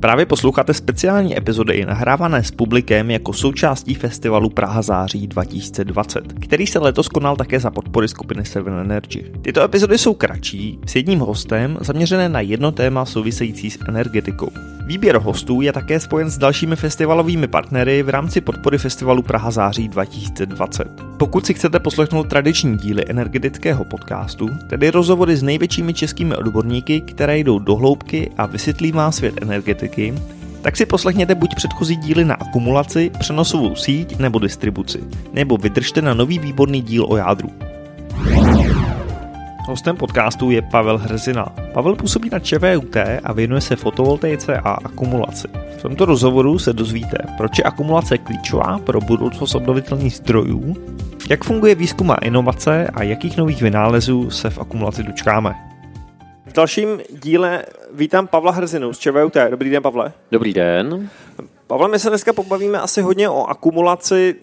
Právě posloucháte speciální epizody nahrávané s publikem jako součástí festivalu Praha září 2020, který se letos konal také za podpory skupiny Seven Energy. Tyto epizody jsou kratší, s jedním hostem, zaměřené na jedno téma související s energetikou. Výběr hostů je také spojen s dalšími festivalovými partnery v rámci podpory festivalu Praha září 2020. Pokud si chcete poslechnout tradiční díly energetického podcastu, tedy rozhovory s největšími českými odborníky, které jdou do hloubky a vysvětlí vám svět energetiky, tak si poslechněte buď předchozí díly na akumulaci, přenosovou síť nebo distribuci, nebo vydržte na nový výborný díl o jádru. Hostem podcastu je Pavel Hrzina. Pavel působí na ČVUT a věnuje se fotovoltaice a akumulaci. V tomto rozhovoru se dozvíte, proč je akumulace klíčová pro budoucnost obnovitelných zdrojů, jak funguje výzkum a inovace a jakých nových vynálezů se v akumulaci dočkáme. V dalším díle vítám Pavla Hrzinu z ČVUT. Dobrý den, Pavle. Dobrý den. Pavle, my se dneska pobavíme asi hodně o akumulaci.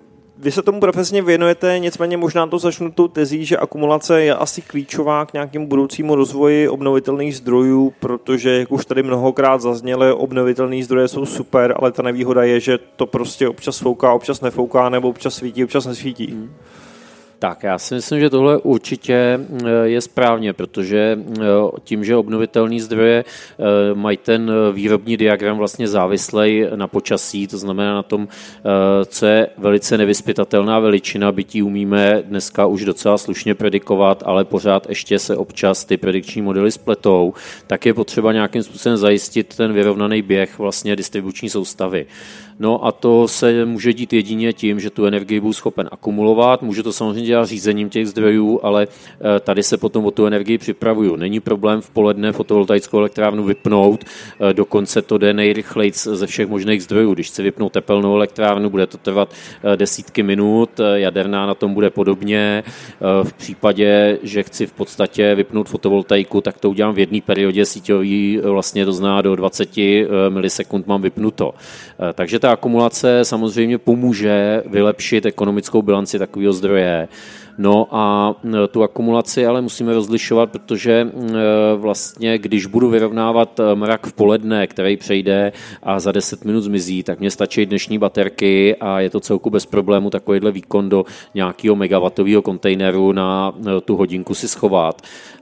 Vy se tomu profesně věnujete, nicméně možná to začnu tou tezí, že akumulace je asi klíčová k nějakému budoucímu rozvoji obnovitelných zdrojů, protože, jak už tady mnohokrát zaznělo, obnovitelné zdroje jsou super, ale ta nevýhoda je, že to prostě občas fouká, občas nefouká, nebo občas svítí, občas nesvítí. Tak, já si myslím, že tohle určitě je správně, protože tím, že obnovitelné zdroje mají ten výrobní diagram vlastně závislej na počasí, to znamená na tom, co je velice nevyzpytatelná veličina, byť ji umíme dneska už docela slušně predikovat, ale pořád ještě se občas ty predikční modely spletou, tak je potřeba nějakým způsobem zajistit ten vyrovnaný běh vlastně distribuční soustavy. No a to se může dít jedině tím, že tu energii budu schopen akumulovat, můžu to samozřejmě dělat řízením těch zdrojů, ale tady se potom o tu energii připravuju. Není problém v poledne fotovoltaickou elektrárnu vypnout, dokonce to jde nejrychleji ze všech možných zdrojů. Když chci vypnout tepelnou elektrárnu, bude to trvat desítky minut, jaderná na tom bude podobně. V případě, že chci v podstatě vypnout fotovoltaiku, tak to udělám v jedné periodě síťový, vlastně to znamená do 20 milisekund mám vypnuto. Takže ta akumulace samozřejmě pomůže vylepšit ekonomickou bilanci takového zdroje. No a tu akumulaci ale musíme rozlišovat, protože vlastně, když budu vyrovnávat mrak v poledne, který přejde a za 10 minut zmizí, tak mě stačí dnešní baterky a je to celku bez problému takovýhle výkon do nějakého megawattového kontejneru na tu hodinku si schovat.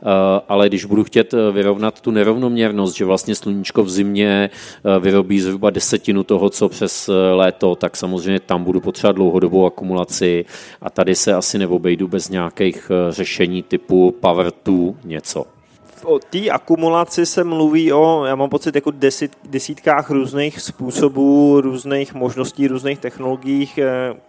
Ale když budu chtět vyrovnat tu nerovnoměrnost, že vlastně sluníčko v zimě vyrobí zhruba 10% toho, co přes léto, tak samozřejmě tam budu potřebovat dlouhodobou akumulaci a tady se asi neobejdu bez nějakých řešení typu power to něco. O té akumulaci se mluví já mám pocit, jako desítkách různých způsobů, různých možností, různých technologiích.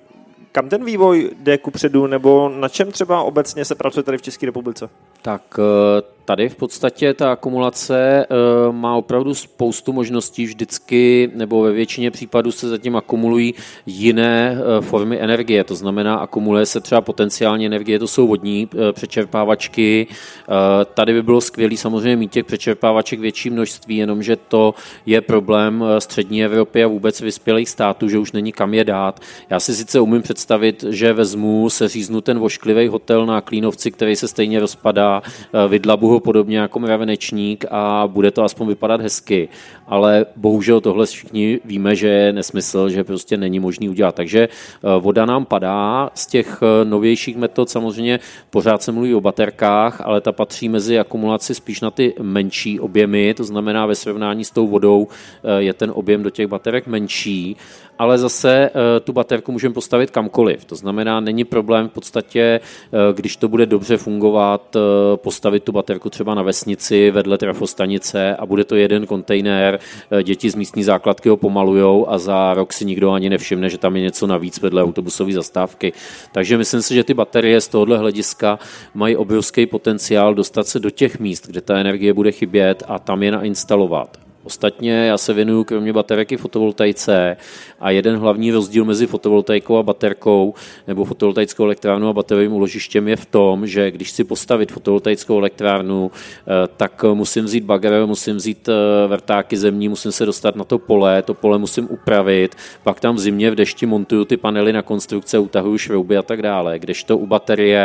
Kam ten vývoj jde kupředu, nebo na čem třeba obecně se pracuje tady v České republice? Tak tady v podstatě ta akumulace má opravdu spoustu možností vždycky, nebo ve většině případů se zatím akumulují jiné formy energie. To znamená, akumuluje se třeba potenciální energie, to jsou vodní přečerpávačky. Tady by bylo skvělé samozřejmě mít těch přečerpávaček větší množství, jenomže to je problém střední Evropy a vůbec vyspělých států, že už není kam je dát. Já si sice umím představit, že seříznu ten vošklivý hotel na Klínovci, který se stejně rozpadá, vydlabu ho podobně jako mravenečník a bude to aspoň vypadat hezky, ale bohužel tohle všichni víme, že je nesmysl, že prostě není možný udělat. Takže voda nám padá, z těch novějších metod samozřejmě pořád se mluví o baterkách, ale ta patří mezi akumulaci spíš na ty menší objemy, to znamená ve srovnání s tou vodou je ten objem do těch baterek menší, ale zase tu baterku můžeme postavit kamkoliv. To znamená, není problém v podstatě, když to bude dobře fungovat, postavit tu baterku třeba na vesnici vedle trafostanice a bude to jeden kontejner, děti z místní základky ho pomalujou a za rok si nikdo ani nevšimne, že tam je něco navíc vedle autobusové zastávky. Takže myslím si, že ty baterie z tohohle hlediska mají obrovský potenciál dostat se do těch míst, kde ta energie bude chybět a tam je nainstalovat. Ostatně já se věnuju kromě baterek i fotovoltaice a jeden hlavní rozdíl mezi fotovoltaikou a baterkou nebo fotovoltaickou elektrárnou a bateriovým úložištěm je v tom, že když si postavit fotovoltaickou elektrárnu, tak musím vzít bagr, musím vzít vrtáky zemní, musím se dostat na to pole musím upravit, pak tam v zimě v dešti montuju ty panely na konstrukce, utahuju šrouby a tak dále. Kdežto u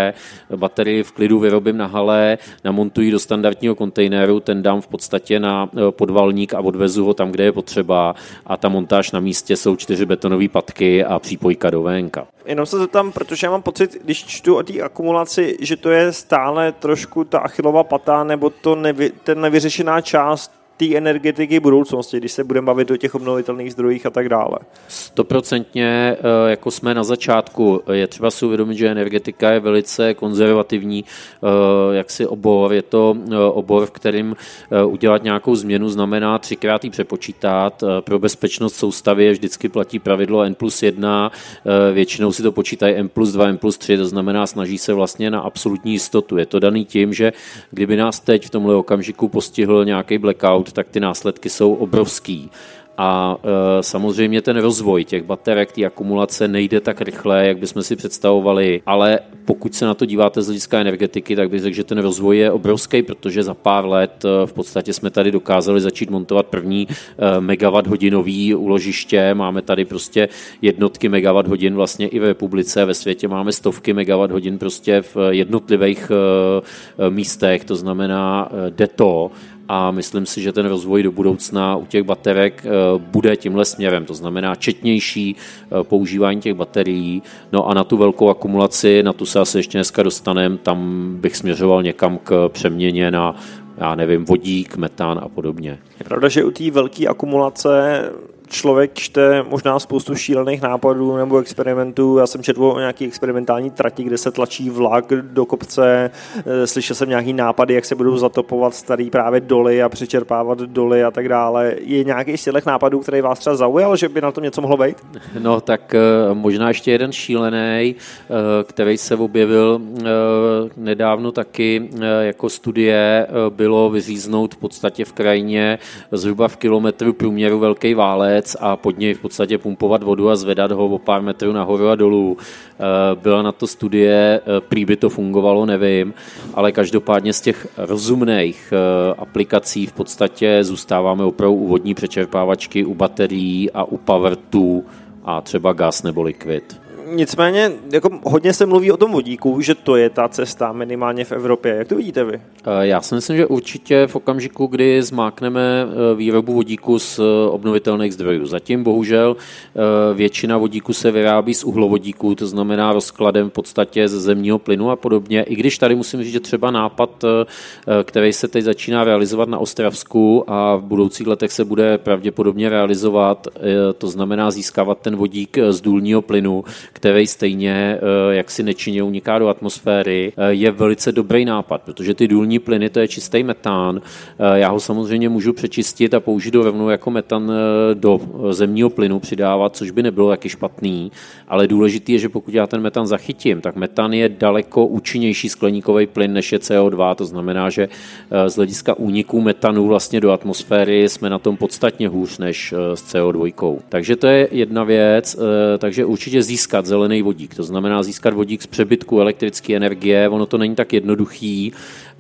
baterii v klidu vyrobím na hale, namontuji do standardního kontejneru, ten dám v podstatě na podvalník a odvezu ho tam, kde je potřeba a ta montáž na místě jsou 4 betonové patky a přípojka do VNK. Jenom se zeptám, protože já mám pocit, když čtu o té akumulaci, že to je stále trošku ta Achillova pata nebo ten nevyřešená část té energetiky budoucnosti, když se budeme bavit o těch obnovitelných zdrojích a tak dále. 100%, jako jsme na začátku, je třeba si uvědomit, že energetika je velice konzervativní jaksi obor. Je to obor, v kterém udělat nějakou změnu znamená 3krát ji přepočítat. Pro bezpečnost soustavy vždycky platí pravidlo N+1, většinou si to počítají N+2, N+3, to znamená snaží se vlastně na absolutní jistotu. Je to daný tím, že kdyby nás teď v tomhle okamžiku postihl nějaký blackout, tak ty následky jsou obrovský. A samozřejmě ten rozvoj těch baterek, té akumulace nejde tak rychle, jak bychom si představovali, ale pokud se na to díváte z hlediska energetiky, tak bych řekl, že ten rozvoj je obrovský, protože za pár let v podstatě jsme tady dokázali začít montovat první megawatt-hodinový úložiště, máme tady prostě jednotky megawatt-hodin vlastně i v republice, ve světě máme stovky megawatt-hodin prostě v jednotlivých místech, to znamená jde to. A myslím si, že ten rozvoj do budoucna u těch baterek bude tímhle směrem, to znamená četnější používání těch baterií. No a na tu velkou akumulaci, na tu se asi ještě dneska dostaneme, tam bych směřoval někam k přeměně na, já nevím, vodík, metan a podobně. Je pravda, že u té velké akumulace člověk čte možná spoustu šílených nápadů nebo experimentů. Já jsem četl o nějaký experimentální trati, kde se tlačí vlak do kopce. Slyšel jsem nějaký nápady, jak se budou zatopovat starý právě doly a přečerpávat doly a tak dále. Je nějaký z těch nápadů, který vás třeba zaujal, že by na tom něco mohlo být? No tak možná ještě jeden šílený, který se objevil nedávno taky jako studie, bylo vyříznout v podstatě v krajině zhruba v kilometru průměru velký válec a pod něj v podstatě pumpovat vodu a zvedat ho o pár metrů nahoru a dolů. Byla na to studie, prý by to fungovalo, nevím, ale každopádně z těch rozumných aplikací v podstatě zůstáváme opravdu u vodní přečerpávačky, u baterií a u powertu a třeba gas nebo likvid. Nicméně jako hodně se mluví o tom vodíku, že to je ta cesta minimálně v Evropě. Jak to vidíte vy? Já si myslím, že určitě v okamžiku, kdy zmákneme výrobu vodíku z obnovitelných zdrojů. Zatím bohužel většina vodíku se vyrábí z uhlovodíku, to znamená rozkladem v podstatě ze zemního plynu a podobně. I když tady musím říct, že třeba nápad, který se teď začíná realizovat na Ostravsku a v budoucích letech se bude pravděpodobně realizovat, to znamená získávat ten vodík z důlního plynu, který stejně jaksi nečinně uniká do atmosféry, je velice dobrý nápad, protože ty důlní plyny, to je čistý metan. Já ho samozřejmě můžu přečistit a použít ho rovnou jako metan do zemního plynu přidávat, což by nebylo taky špatný, ale důležitý je, že pokud já ten metan zachytím, tak metan je daleko účinnější skleníkový plyn, než je CO2, to znamená, že z hlediska úniku metanu vlastně do atmosféry jsme na tom podstatně hůř než s CO2. Takže to je jedna věc, takže určitě získat zelený vodík, to znamená získat vodík z přebytku elektrické energie, ono to není tak jednoduchý,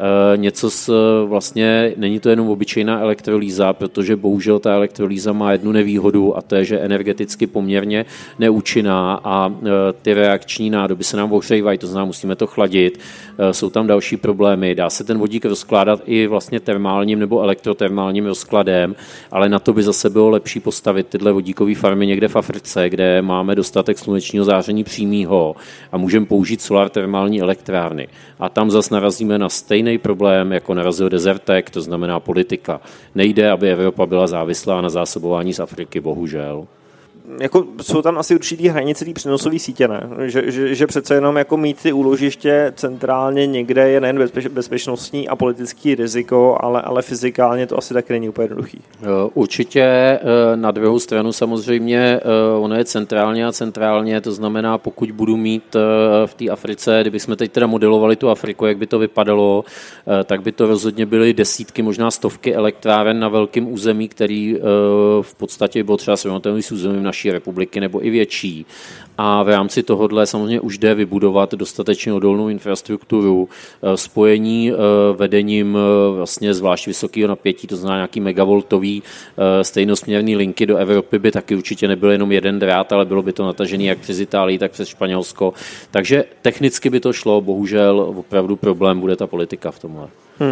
vlastně není to jenom obyčejná elektrolýza, protože bohužel ta elektrolýza má jednu nevýhodu a to je, že energeticky poměrně neúčinná a ty reakční nádoby se nám ohřívají, to znamená musíme to chladit, jsou tam další problémy, dá se ten vodík rozkládat i vlastně termálním nebo elektrotermálním rozkladem, ale na to by zase bylo lepší postavit tyhle vodíkové farmy někde v Africe, kde máme dostatek slunečního záření přímého a můžeme použít solartermální elektrárny. A tam zase narazíme na stejný problém, jako narazil Desertec, to znamená politika. Nejde, aby Evropa byla závislá na zásobování z Afriky, bohužel. Jako jsou tam asi určitý hranice té přenosové sítě, ne? Že přece jenom jako mít ty úložiště centrálně někde je nejen bezpečnostní a politický riziko, ale fyzikálně to asi taky není úplně jednoduchý. Určitě na druhou stranu samozřejmě ono je centrálně, to znamená, pokud budu mít v té Africe, kdybychom teď teda modelovali tu Afriku, jak by to vypadalo, tak by to rozhodně byly desítky, možná stovky elektráren na velkém území, který v podstatě bylo třeba srovnatelný s územím naší republiky nebo i větší. A v rámci tohohle samozřejmě už jde vybudovat dostatečně odolnou infrastrukturu, spojení vedením vlastně zvlášť vysokého napětí, to znamená nějaký megavoltový stejnosměrný linky do Evropy by taky určitě nebyl jenom jeden drát, ale bylo by to natažený jak přes Itálii, tak přes Španělsko. Takže technicky by to šlo, bohužel opravdu problém bude ta politika v tomhle.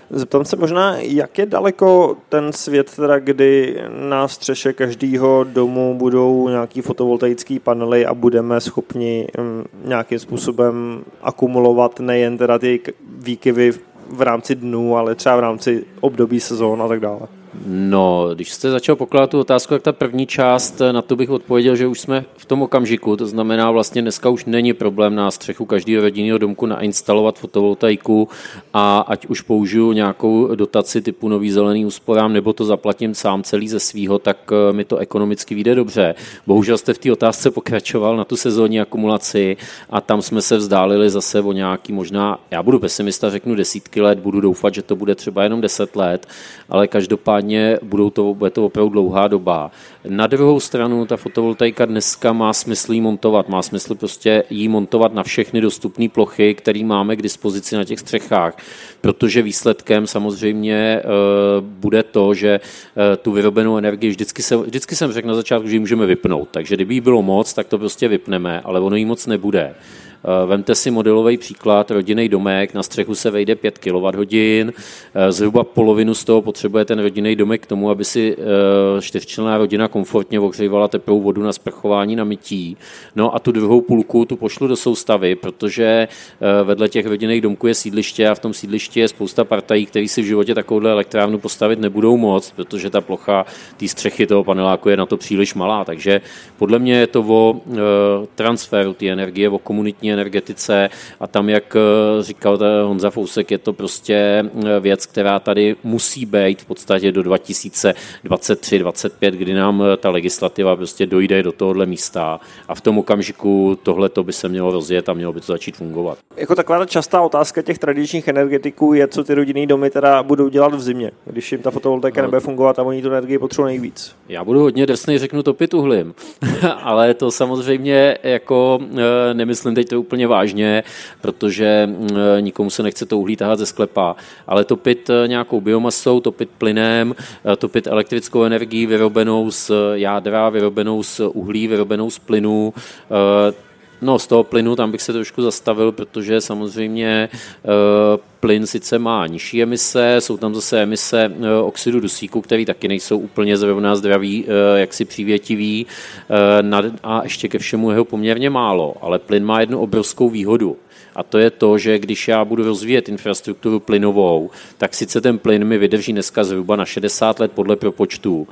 Zeptám se možná, jak je daleko ten svět, teda, kdy na střeše každého domu budou nějaký fotovoltaický panely a budeme schopni nějakým způsobem akumulovat nejen teda ty výkyvy v rámci dnů, ale třeba v rámci období sezón a tak dále. No, když jste začal pokládat tu otázku, tak ta první část, na to bych odpověděl, že už jsme v tom okamžiku, to znamená vlastně dneska už není problém na střechu každého rodinného domku nainstalovat fotovoltaiku a ať už použiju nějakou dotaci typu Nový zelený úsporám, nebo to zaplatím sám celý ze svýho, tak mi to ekonomicky vyjde dobře. Bohužel jste v té otázce pokračoval na tu sezónní akumulaci a tam jsme se vzdálili zase o nějaký možná, já budu pesimista, řeknu desítky let, budu doufat, že to bude třeba jenom 10 let, ale každopádně bude to opravdu dlouhá doba. Na druhou stranu ta fotovoltaika dneska má smysl jí montovat. Má smysl prostě jí montovat na všechny dostupné plochy, které máme k dispozici na těch střechách, protože výsledkem samozřejmě bude to, že tu vyrobenou energii vždycky jsem řekl na začátku, že ji můžeme vypnout. Takže kdyby jí bylo moc, tak to prostě vypneme, ale ono jí moc nebude. Vemte si modelový příklad, rodinný domek, na střechu se vejde 5 kWh, zhruba polovinu z toho potřebuje ten rodinný domek k tomu, aby si 4členná rodina komfortně ohřívala teplou vodu na sprchování, na mytí. No a tu druhou půlku tu pošlu do soustavy, protože vedle těch rodinných domků je sídliště a v tom sídlišti je spousta partají, kteří si v životě takovouhle elektrárnu postavit nebudou moct, protože ta plocha té střechy toho paneláku je na to příliš malá. Takže podle mě je to o transferu té energie, o komunitní energetice a tam, jak říkal Honza Fousek, je to prostě věc, která tady musí být v podstatě do 2023-2025, kdy nám ta legislativa prostě dojde do tohohle místa a v tom okamžiku tohleto by se mělo rozjet a mělo by to začít fungovat. Jako taková častá otázka těch tradičních energetiků je, co ty rodinný domy teda budou dělat v zimě, když jim ta fotovoltaika nebude fungovat a oni tu energii potřebují nejvíc. Já budu hodně drsnej, řeknu topit uhlím, ale to samozřejmě jako nemyslím teď to úplně vážně, protože nikomu se nechce to uhlí tahat ze sklepa, ale topit nějakou biomasou, topit plynem, topit elektrickou energií vyrobenou z jádra, vyrobenou z uhlí, vyrobenou z plynu. No, z toho plynu tam bych se trošku zastavil, protože samozřejmě plyn sice má nižší emise, jsou tam zase emise oxidu dusíku, které taky nejsou úplně zrovna zdraví, jaksi přívětivý a ještě ke všemu jeho poměrně málo, ale plyn má jednu obrovskou výhodu. A to je to, že když já budu rozvíjet infrastrukturu plynovou, tak sice ten plyn mi vydrží dneska zhruba na 60 let podle propočtů,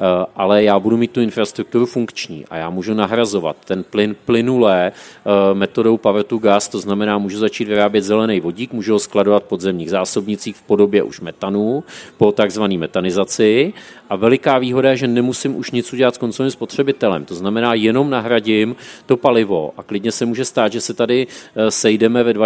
ale já budu mít tu infrastrukturu funkční a já můžu nahrazovat ten plyn plynulé metodou power to gas, to znamená, můžu začít vyrábět zelený vodík, můžu ho skladovat v podzemních zásobnicích v podobě už metanu po takzvané metanizaci a veliká výhoda je, že nemusím už nic udělat s koncovým spotřebitelem, to znamená, jenom nahradím to palivo a klidně se může stát, že se tady sejdeme ve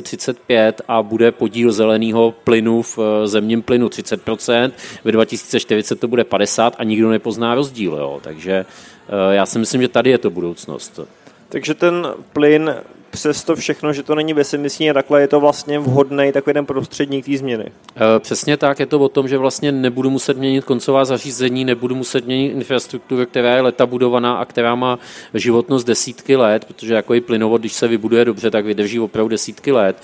2035 a bude podíl zeleného plynu v zemním plynu 30%, ve 2040 to bude 50% a nikdo nepozná rozdíl. Jo. Takže já si myslím, že tady je to budoucnost. Takže ten plyn přes to všechno, že to není bezemisní a takhle je to vlastně vhodný takový ten prostředník té změny. Přesně tak, je to o tom, že vlastně nebudu muset měnit koncová zařízení, nebudu muset měnit infrastrukturu, která je leta budovaná a která má životnost desítky let, protože jako i plynovod, když se vybuduje dobře, tak vydrží opravdu desítky let.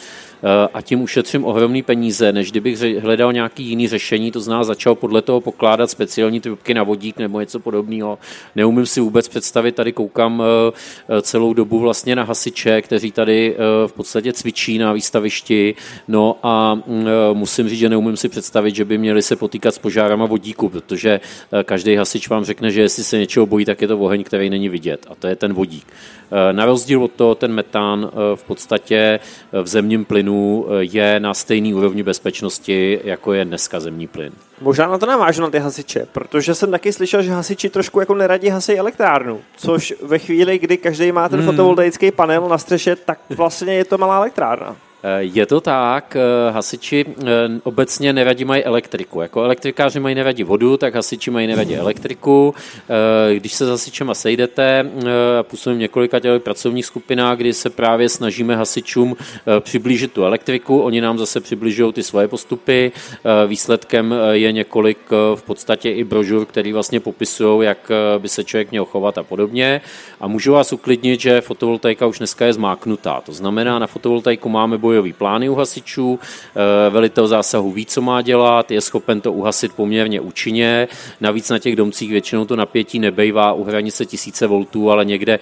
A tím ušetřím ohromný peníze, než kdybych hledal nějaký jiný řešení, to znamená začal podle toho pokládat speciální trubky na vodík nebo něco podobného. Neumím si vůbec představit, tady koukám celou dobu vlastně na hasiče, kteří tady v podstatě cvičí na výstavišti, no a musím říct, že neumím si představit, že by měli se potýkat s požárama vodíku, protože každý hasič vám řekne, že jestli se něčeho bojí, tak je to oheň, který není vidět a to je ten vodík. Na rozdíl od toho ten metán v podstatě v zemním plynu je na stejný úrovni bezpečnosti, jako je dneska zemní plyn. Možná na to navážu na ty hasiče, protože jsem taky slyšel, že hasiči trošku jako neradí hasí elektrárnu, což ve chvíli, kdy každý má ten fotovoltaický panel na střeše, tak vlastně je to malá elektrárna. Je to tak, hasiči obecně neradí mají elektriku. Jako elektrikáři mají neradí vodu, tak hasiči mají neradí elektriku. Když se s hasičema sejdete, působím v několika těch pracovních skupinách, kdy se právě snažíme hasičům přiblížit tu elektriku, oni nám zase přibližují ty svoje postupy. Výsledkem je několik v podstatě i brožur, který vlastně popisují, jak by se člověk měl chovat a podobně. A můžu vás uklidnit, že fotovoltaika už dneska je zmáknutá. To znamená, na fotovoltaiku máme vývojový plány u hasičů, velitel zásahu ví, co má dělat, je schopen to uhasit poměrně účinně, navíc na těch domcích většinou to napětí nebejvá u hranice 1000 V, ale někde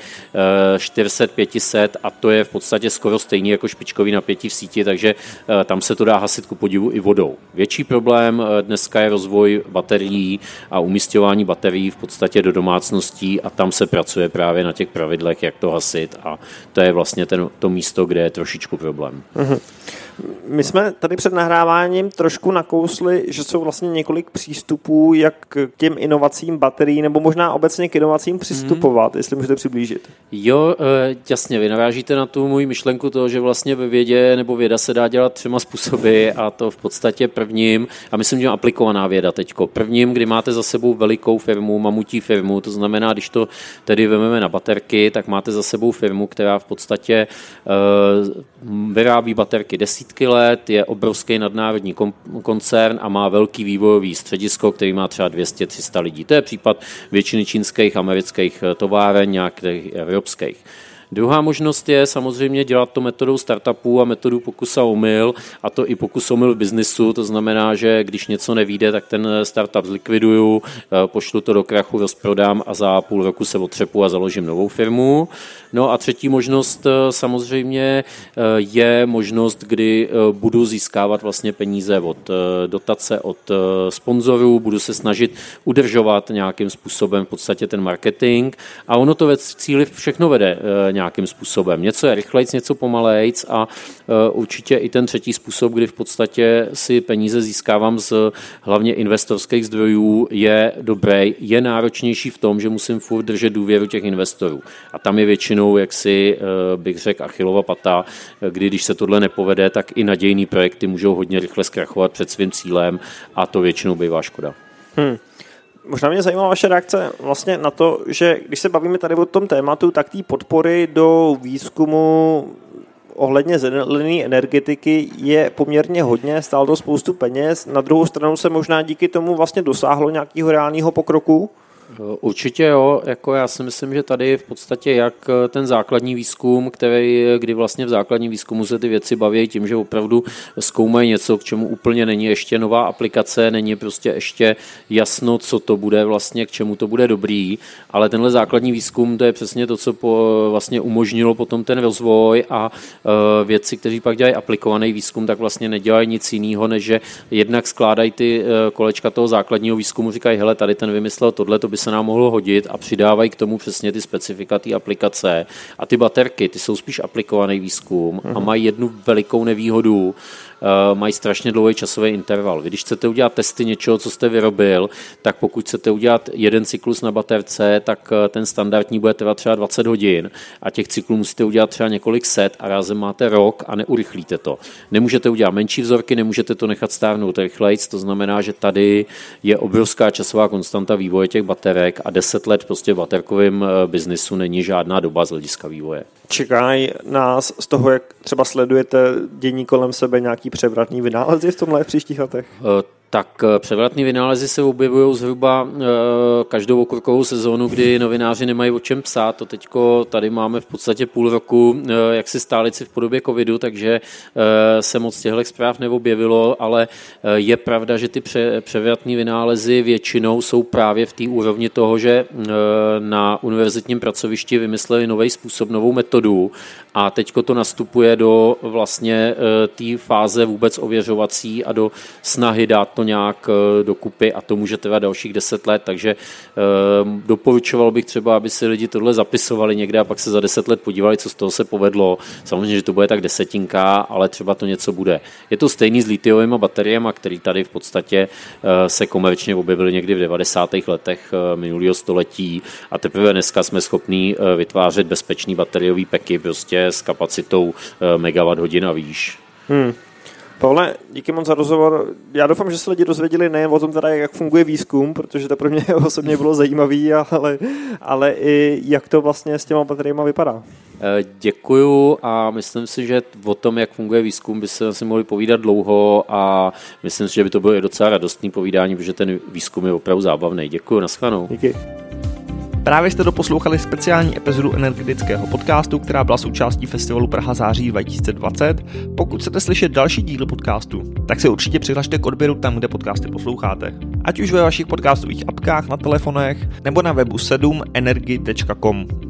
400-500 a to je v podstatě skoro stejný jako špičkový napětí v síti, takže tam se to dá hasit ku podivu i vodou. Větší problém dneska je rozvoj baterií a umísťování baterií v podstatě do domácností a tam se pracuje právě na těch pravidlech, jak to hasit a to je vlastně to místo, kde je trošičku problém. My jsme tady před nahráváním trošku nakousli, že jsou vlastně několik přístupů, jak k těm inovacím baterií, nebo možná obecně k inovacím přistupovat, jestli můžete přiblížit. Jo, jasně, vy narážíte na tu moji myšlenku toho, že vlastně ve vědě nebo věda se dá dělat 3 způsoby a to v podstatě prvním, a myslím, že aplikovaná věda teďko, prvním, kdy máte za sebou velikou firmu, mamutí firmu, to znamená, když to tedy vezmeme na baterky, tak máte za sebou firmu, která v podstatě vyrábí baterky desítky let, je obrovský nadnárodní koncern a má velký vývojový středisko, který má třeba 200-300 lidí. To je případ většiny čínských, amerických továren, nějakých evropských. Druhá možnost je samozřejmě dělat to metodou startupů a metodou pokus a omyl, a to i pokus a omyl v biznisu, to znamená, že když něco nevyjde, tak ten startup zlikviduju, pošlu to do krachu, rozprodám a za půl roku se otřepu a založím novou firmu. No a třetí možnost samozřejmě je možnost, kdy budu získávat vlastně peníze od dotace, od sponzorů, budu se snažit udržovat nějakým způsobem v podstatě ten marketing a ono to ve cíli všechno vede nějakým způsobem. Něco je rychlejc, něco pomalejc a určitě i ten třetí způsob, kdy v podstatě si peníze získávám z hlavně investorských zdrojů, je dobrý, je náročnější v tom, že musím furt držet důvěru těch investorů. A tam je většinou, jak si bych řekl, Achillova pata, kdy když se tohle nepovede, tak i nadějný projekty můžou hodně rychle zkrachovat před svým cílem a to většinou bývá škoda. Možná mě zajímá vaše reakce vlastně na to, že když se bavíme tady o tom tématu, tak té podpory do výzkumu ohledně zelené energetiky je poměrně hodně, stálo to spoustu peněz. Na druhou stranu se možná díky tomu vlastně dosáhlo nějakého reálného pokroku? Určitě jo, jako já si myslím, že tady v podstatě jak ten základní výzkum, kdy vlastně v základním výzkumu se ty věci baví tím, že opravdu zkoumají něco, k čemu úplně není ještě nová aplikace, není prostě ještě jasno, co to bude vlastně, k čemu to bude dobrý, ale tenhle základní výzkum, to je přesně to, co vlastně umožnilo potom ten rozvoj a vědci, kteří pak dělají aplikovaný výzkum, tak vlastně nedělají nic jiného, než že jednak skládají ty kolečka toho základního výzkumu, říkají, hele, tady ten vymyslel tohle, to by se nám mohlo hodit a přidávají k tomu přesně ty specifika té aplikace. A ty baterky, ty jsou spíš aplikovaný výzkum a mají jednu velikou nevýhodu, mají strašně dlouhý časový interval. Vy když chcete udělat testy něčeho, co jste vyrobil, tak pokud chcete udělat jeden cyklus na baterce, tak ten standardní bude trvat třeba 20 hodin a těch cyklů musíte udělat třeba několik set a rázem máte rok a neurychlíte to. Nemůžete udělat menší vzorky, nemůžete to nechat stárnout rychlejc, to znamená, že tady je obrovská časová konstanta vývoje těch baterek a 10 let prostě v baterkovém biznisu není žádná doba z hlediska vývoje. Čekají nás z toho, jak třeba sledujete dění kolem sebe, nějaký převratný vynálezy v tomhle v příštích letech? Tak převratný vynálezy se objevují zhruba každou okurkovou sezónu, kdy novináři nemají o čem psát. To teďko tady máme v podstatě půl roku jaksi stálici v podobě covidu, takže se moc těchto zpráv neobjevilo, ale je pravda, že ty převratný vynálezy většinou jsou právě v té úrovni toho, že na univerzitním pracovišti vymysleli nový způsob, novou metodu a teďko to nastupuje do vlastně té fáze vůbec ověřovací a do snahy dát to nějak dokupy a to může trvat dalších 10 let, takže doporučoval bych třeba, aby si lidi tohle zapisovali někde a pak se za 10 let podívali, co z toho se povedlo. Samozřejmě, že to bude tak 10, ale třeba to něco bude. Je to stejný s litiovými bateriemi, který tady v podstatě se komerčně objevily někdy v 90. letech minulého století a teprve dneska jsme schopní vytvářet bezpečný bateriový peky prostě s kapacitou megawatt hodin a výš. Pavle, díky moc za rozhovor. Já doufám, že se lidi dozvěděli nejen o tom, teda, jak funguje výzkum, protože to pro mě osobně bylo zajímavý, ale i jak to vlastně s těma bateriemi vypadá. Děkuju a myslím si, že o tom, jak funguje výzkum, by se asi mohli povídat dlouho a myslím si, že by to bylo i docela radostný povídání, protože ten výzkum je opravdu zábavný. Děkuju, nashledanou. Díky. Právě jste doposlouchali speciální epizodu energetického podcastu, která byla součástí festivalu Praha září 2020. Pokud chcete slyšet další díly podcastu, tak se určitě přihlašte k odběru tam, kde podcasty posloucháte. Ať už ve vašich podcastových apkách na telefonech nebo na webu 7energy.com.